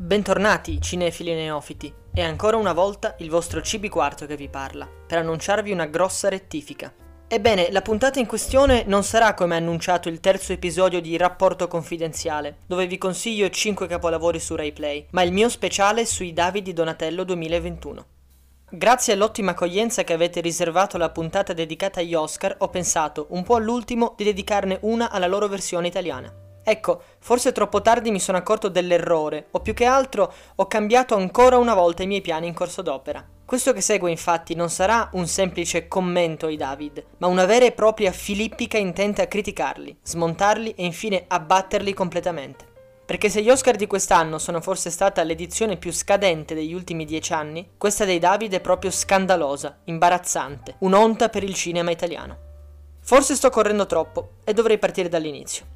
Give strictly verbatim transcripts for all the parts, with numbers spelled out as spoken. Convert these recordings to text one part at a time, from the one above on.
Bentornati cinefili neofiti, è ancora una volta il vostro C B Quarto che vi parla, per annunciarvi una grossa rettifica. Ebbene, la puntata in questione non sarà come annunciato il terzo episodio di Rapporto Confidenziale, dove vi consiglio cinque capolavori su RaiPlay, ma il mio speciale sui David di Donatello duemilaventuno. Grazie all'ottima accoglienza che avete riservato alla puntata dedicata agli Oscar, ho pensato, un po' all'ultimo, di dedicarne una alla loro versione italiana. Ecco, forse troppo tardi mi sono accorto dell'errore, o più che altro ho cambiato ancora una volta i miei piani in corso d'opera. Questo che segue infatti non sarà un semplice commento ai David, ma una vera e propria filippica intenta a criticarli, smontarli e infine abbatterli completamente. Perché se gli Oscar di quest'anno sono forse stata l'edizione più scadente degli ultimi dieci anni, questa dei David è proprio scandalosa, imbarazzante, un'onta per il cinema italiano. Forse sto correndo troppo e dovrei partire dall'inizio.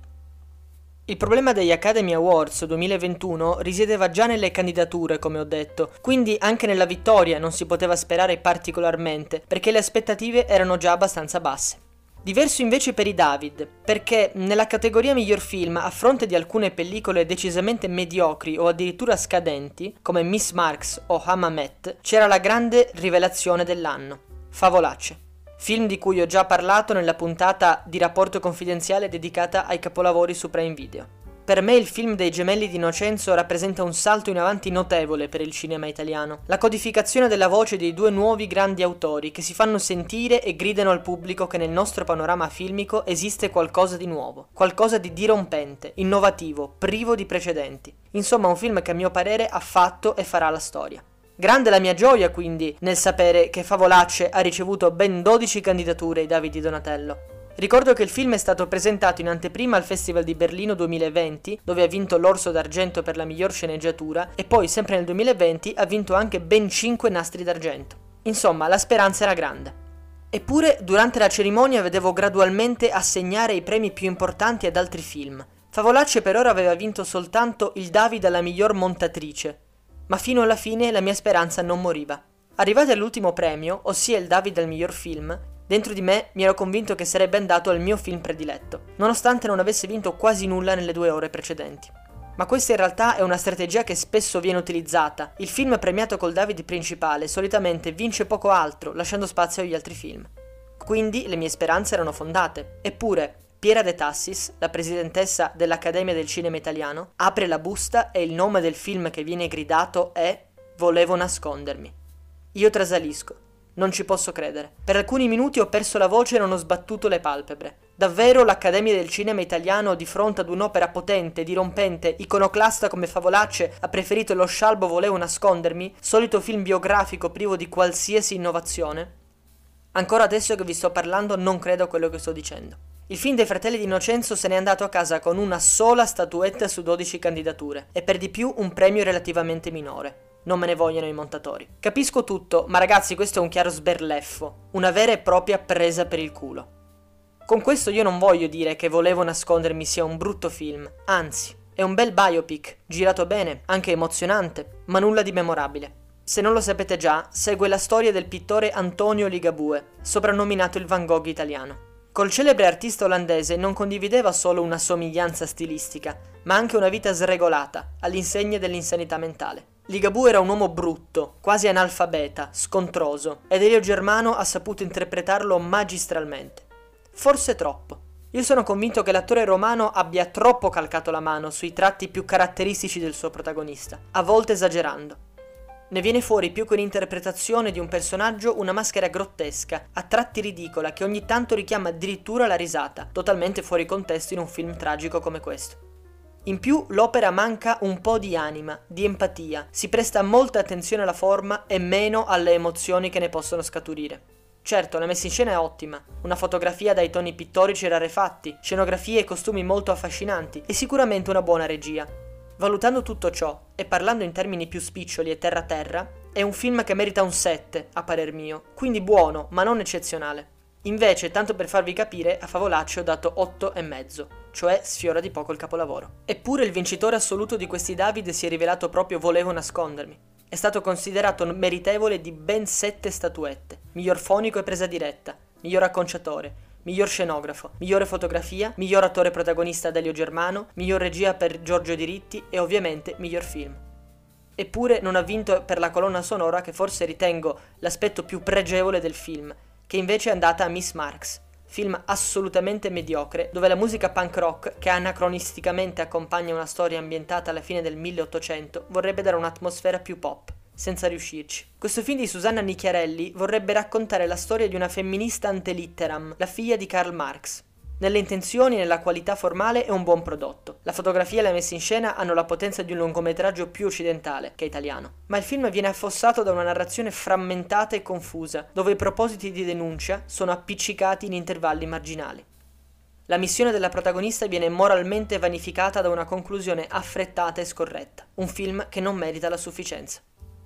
Il problema degli Academy Awards duemilaventuno risiedeva già nelle candidature, come ho detto, quindi anche nella vittoria non si poteva sperare particolarmente, perché le aspettative erano già abbastanza basse. Diverso invece per i David, perché nella categoria miglior film, a fronte di alcune pellicole decisamente mediocri o addirittura scadenti, come Miss Marx o Hammamet, c'era la grande rivelazione dell'anno, Favolacce. Film di cui ho già parlato nella puntata di Rapporto Confidenziale dedicata ai capolavori su Prime Video. Per me il film dei Gemelli di Innocenzo rappresenta un salto in avanti notevole per il cinema italiano. La codificazione della voce dei due nuovi grandi autori che si fanno sentire e gridano al pubblico che nel nostro panorama filmico esiste qualcosa di nuovo, qualcosa di dirompente, innovativo, privo di precedenti. Insomma, un film che a mio parere ha fatto e farà la storia. Grande la mia gioia quindi nel sapere che Favolacce ha ricevuto ben dodici candidature ai David di Donatello. Ricordo che il film è stato presentato in anteprima al Festival di Berlino duemilaventi, dove ha vinto l'Orso d'Argento per la miglior sceneggiatura, e poi sempre nel duemilaventi ha vinto anche ben cinque Nastri d'Argento. Insomma, la speranza era grande. Eppure, durante la cerimonia vedevo gradualmente assegnare i premi più importanti ad altri film. Favolacce per ora aveva vinto soltanto il David alla miglior montatrice, ma fino alla fine la mia speranza non moriva. Arrivati all'ultimo premio, ossia il David al miglior film, dentro di me mi ero convinto che sarebbe andato al mio film prediletto, nonostante non avesse vinto quasi nulla nelle due ore precedenti. Ma questa in realtà è una strategia che spesso viene utilizzata. Il film premiato col David principale solitamente vince poco altro, lasciando spazio agli altri film. Quindi le mie speranze erano fondate. Eppure, Piera De Tassis, la presidentessa dell'Accademia del Cinema Italiano, apre la busta e il nome del film che viene gridato è Volevo nascondermi. Io trasalisco. Non ci posso credere. Per alcuni minuti ho perso la voce e non ho sbattuto le palpebre. Davvero l'Accademia del Cinema Italiano, di fronte ad un'opera potente, dirompente, iconoclasta come Favolacce, ha preferito lo scialbo Volevo nascondermi, solito film biografico privo di qualsiasi innovazione? Ancora adesso che vi sto parlando non credo a quello che sto dicendo. Il film dei Fratelli di Innocenzo se n'è andato a casa con una sola statuetta su dodici candidature, e per di più un premio relativamente minore. Non me ne vogliono i montatori. Capisco tutto, ma ragazzi, questo è un chiaro sberleffo, una vera e propria presa per il culo. Con questo io non voglio dire che Volevo nascondermi sia un brutto film, anzi, è un bel biopic, girato bene, anche emozionante, ma nulla di memorabile. Se non lo sapete già, segue la storia del pittore Antonio Ligabue, soprannominato il Van Gogh italiano. Col celebre artista olandese non condivideva solo una somiglianza stilistica, ma anche una vita sregolata, all'insegna dell'insanità mentale. Ligabue era un uomo brutto, quasi analfabeta, scontroso, ed Elio Germano ha saputo interpretarlo magistralmente. Forse troppo. Io sono convinto che l'attore romano abbia troppo calcato la mano sui tratti più caratteristici del suo protagonista, a volte esagerando. Ne viene fuori più che un'interpretazione di un personaggio una maschera grottesca, a tratti ridicola, che ogni tanto richiama addirittura la risata, totalmente fuori contesto in un film tragico come questo. In più l'opera manca un po' di anima, di empatia, si presta molta attenzione alla forma e meno alle emozioni che ne possono scaturire. Certo, la messa in scena è ottima, una fotografia dai toni pittorici e rarefatti, scenografie e costumi molto affascinanti e sicuramente una buona regia. Valutando tutto ciò, e parlando in termini più spiccioli e terra-terra, è un film che merita un sette, a parer mio, quindi buono, ma non eccezionale. Invece, tanto per farvi capire, a Favolacce ho dato otto e mezzo, cioè sfiora di poco il capolavoro. Eppure il vincitore assoluto di questi David si è rivelato proprio Volevo nascondermi. È stato considerato meritevole di ben sette statuette, miglior fonico e presa diretta, miglior acconciatore, miglior scenografo, migliore fotografia, miglior attore protagonista Elio Germano, miglior regia per Giorgio Diritti e ovviamente miglior film. Eppure non ha vinto per la colonna sonora, che forse ritengo l'aspetto più pregevole del film, che invece è andata a Miss Marx. Film assolutamente mediocre, dove la musica punk rock, che anacronisticamente accompagna una storia ambientata alla fine del milleottocento, vorrebbe dare un'atmosfera più pop, senza riuscirci. Questo film di Susanna Nicchiarelli vorrebbe raccontare la storia di una femminista ante litteram, la figlia di Karl Marx. Nelle intenzioni e nella qualità formale è un buon prodotto. La fotografia e la messa in scena hanno la potenza di un lungometraggio più occidentale che italiano. Ma il film viene affossato da una narrazione frammentata e confusa, dove i propositi di denuncia sono appiccicati in intervalli marginali. La missione della protagonista viene moralmente vanificata da una conclusione affrettata e scorretta. Un film che non merita la sufficienza.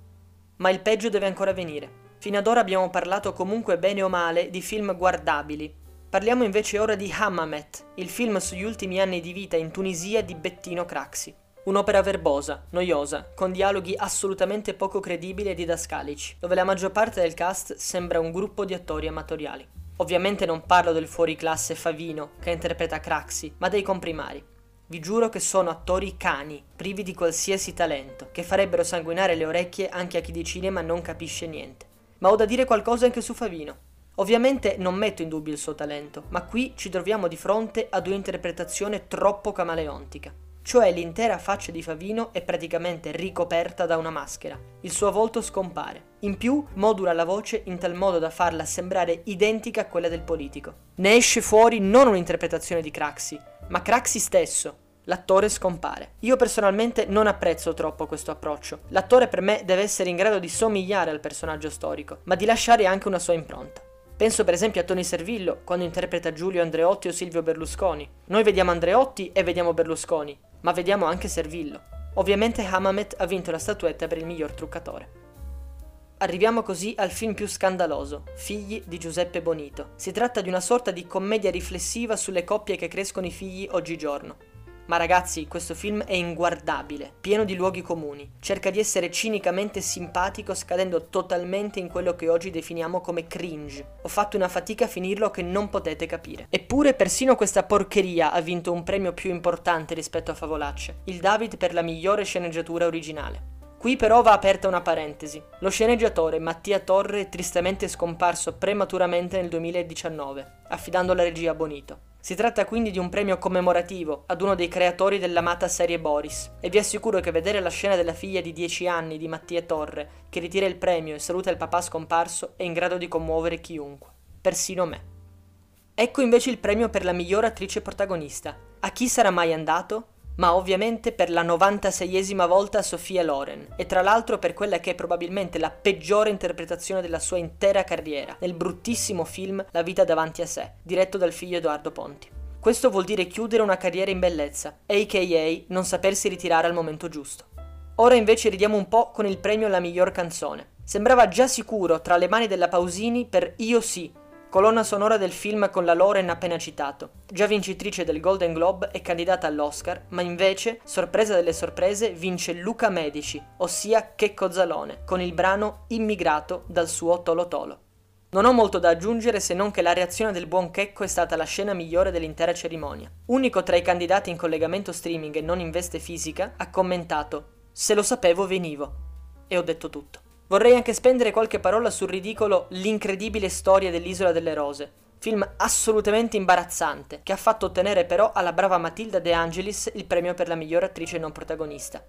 Ma il peggio deve ancora venire. Fino ad ora abbiamo parlato comunque bene o male di film guardabili. Parliamo invece ora di Hammamet, il film sugli ultimi anni di vita in Tunisia di Bettino Craxi. Un'opera verbosa, noiosa, con dialoghi assolutamente poco credibili e didascalici, dove la maggior parte del cast sembra un gruppo di attori amatoriali. Ovviamente non parlo del fuoriclasse Favino, che interpreta Craxi, ma dei comprimari. Vi giuro che sono attori cani, privi di qualsiasi talento, che farebbero sanguinare le orecchie anche a chi di cinema non capisce niente. Ma ho da dire qualcosa anche su Favino. Ovviamente non metto in dubbio il suo talento, ma qui ci troviamo di fronte ad un'interpretazione troppo camaleontica. Cioè l'intera faccia di Favino è praticamente ricoperta da una maschera. Il suo volto scompare. In più modula la voce in tal modo da farla sembrare identica a quella del politico. Ne esce fuori non un'interpretazione di Craxi, ma Craxi stesso. L'attore scompare. Io personalmente non apprezzo troppo questo approccio. L'attore per me deve essere in grado di somigliare al personaggio storico, ma di lasciare anche una sua impronta. Penso per esempio a Tony Servillo, quando interpreta Giulio Andreotti o Silvio Berlusconi. Noi vediamo Andreotti e vediamo Berlusconi, ma vediamo anche Servillo. Ovviamente Hammamet ha vinto la statuetta per il miglior truccatore. Arriviamo così al film più scandaloso, Figli di Giuseppe Bonito. Si tratta di una sorta di commedia riflessiva sulle coppie che crescono i figli oggigiorno. Ma ragazzi, questo film è inguardabile, pieno di luoghi comuni. Cerca di essere cinicamente simpatico, scadendo totalmente in quello che oggi definiamo come cringe. Ho fatto una fatica a finirlo che non potete capire. Eppure persino questa porcheria ha vinto un premio più importante rispetto a Favolacce, il David per la migliore sceneggiatura originale. Qui però va aperta una parentesi. Lo sceneggiatore Mattia Torre è tristemente scomparso prematuramente nel duemiladiciannove, affidando la regia a Bonito. Si tratta quindi di un premio commemorativo ad uno dei creatori dell'amata serie Boris, e vi assicuro che vedere la scena della figlia di dieci anni di Mattia Torre che ritira il premio e saluta il papà scomparso è in grado di commuovere chiunque, persino me. Ecco invece il premio per la miglior attrice protagonista. A chi sarà mai andato? Ma ovviamente per la novantaseiesima volta a Sophia Loren, e tra l'altro per quella che è probabilmente la peggiore interpretazione della sua intera carriera, nel bruttissimo film La vita davanti a sé, diretto dal figlio Edoardo Ponti. Questo vuol dire chiudere una carriera in bellezza, a k a non sapersi ritirare al momento giusto. Ora invece ridiamo un po' con il premio alla miglior canzone. Sembrava già sicuro tra le mani della Pausini per Io sì, colonna sonora del film con la Loren appena citato, già vincitrice del Golden Globe e candidata all'Oscar, ma invece, sorpresa delle sorprese, vince Luca Medici, ossia Checco Zalone, con il brano Immigrato dal suo Tolo Tolo. Non ho molto da aggiungere se non che la reazione del buon Checco è stata la scena migliore dell'intera cerimonia. Unico tra i candidati in collegamento streaming e non in veste fisica, ha commentato «Se lo sapevo venivo». E ho detto tutto. Vorrei anche spendere qualche parola sul ridicolo L'incredibile storia dell'Isola delle Rose, film assolutamente imbarazzante, che ha fatto ottenere però alla brava Matilda De Angelis il premio per la miglior attrice non protagonista.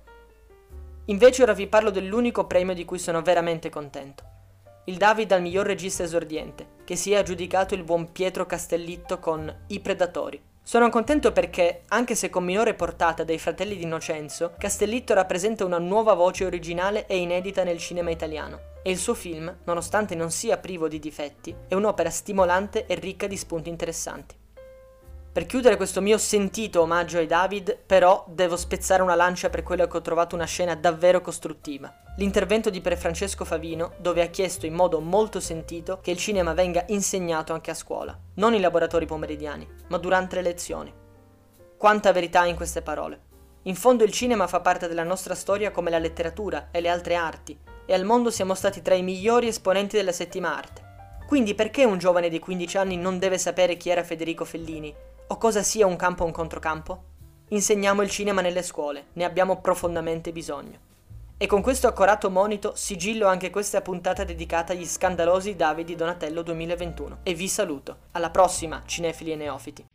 Invece ora vi parlo dell'unico premio di cui sono veramente contento. Il David al miglior regista esordiente, che si è aggiudicato il buon Pietro Castellitto con I Predatori. Sono contento perché, anche se con minore portata dei Fratelli d'Innocenzo, Castellitto rappresenta una nuova voce originale e inedita nel cinema italiano. E il suo film, nonostante non sia privo di difetti, è un'opera stimolante e ricca di spunti interessanti. Per chiudere questo mio sentito omaggio ai David, però, devo spezzare una lancia per quello che ho trovato una scena davvero costruttiva. L'intervento di Pierfrancesco Favino, dove ha chiesto in modo molto sentito che il cinema venga insegnato anche a scuola, non in laboratori pomeridiani, ma durante le lezioni. Quanta verità in queste parole. In fondo il cinema fa parte della nostra storia come la letteratura e le altre arti, e al mondo siamo stati tra i migliori esponenti della settima arte. Quindi perché un giovane di quindici anni non deve sapere chi era Federico Fellini? O cosa sia un campo o un controcampo? Insegniamo il cinema nelle scuole, ne abbiamo profondamente bisogno. E con questo accorato monito sigillo anche questa puntata dedicata agli scandalosi Davidi Donatello duemilaventuno. E vi saluto. Alla prossima, cinefili e neofiti.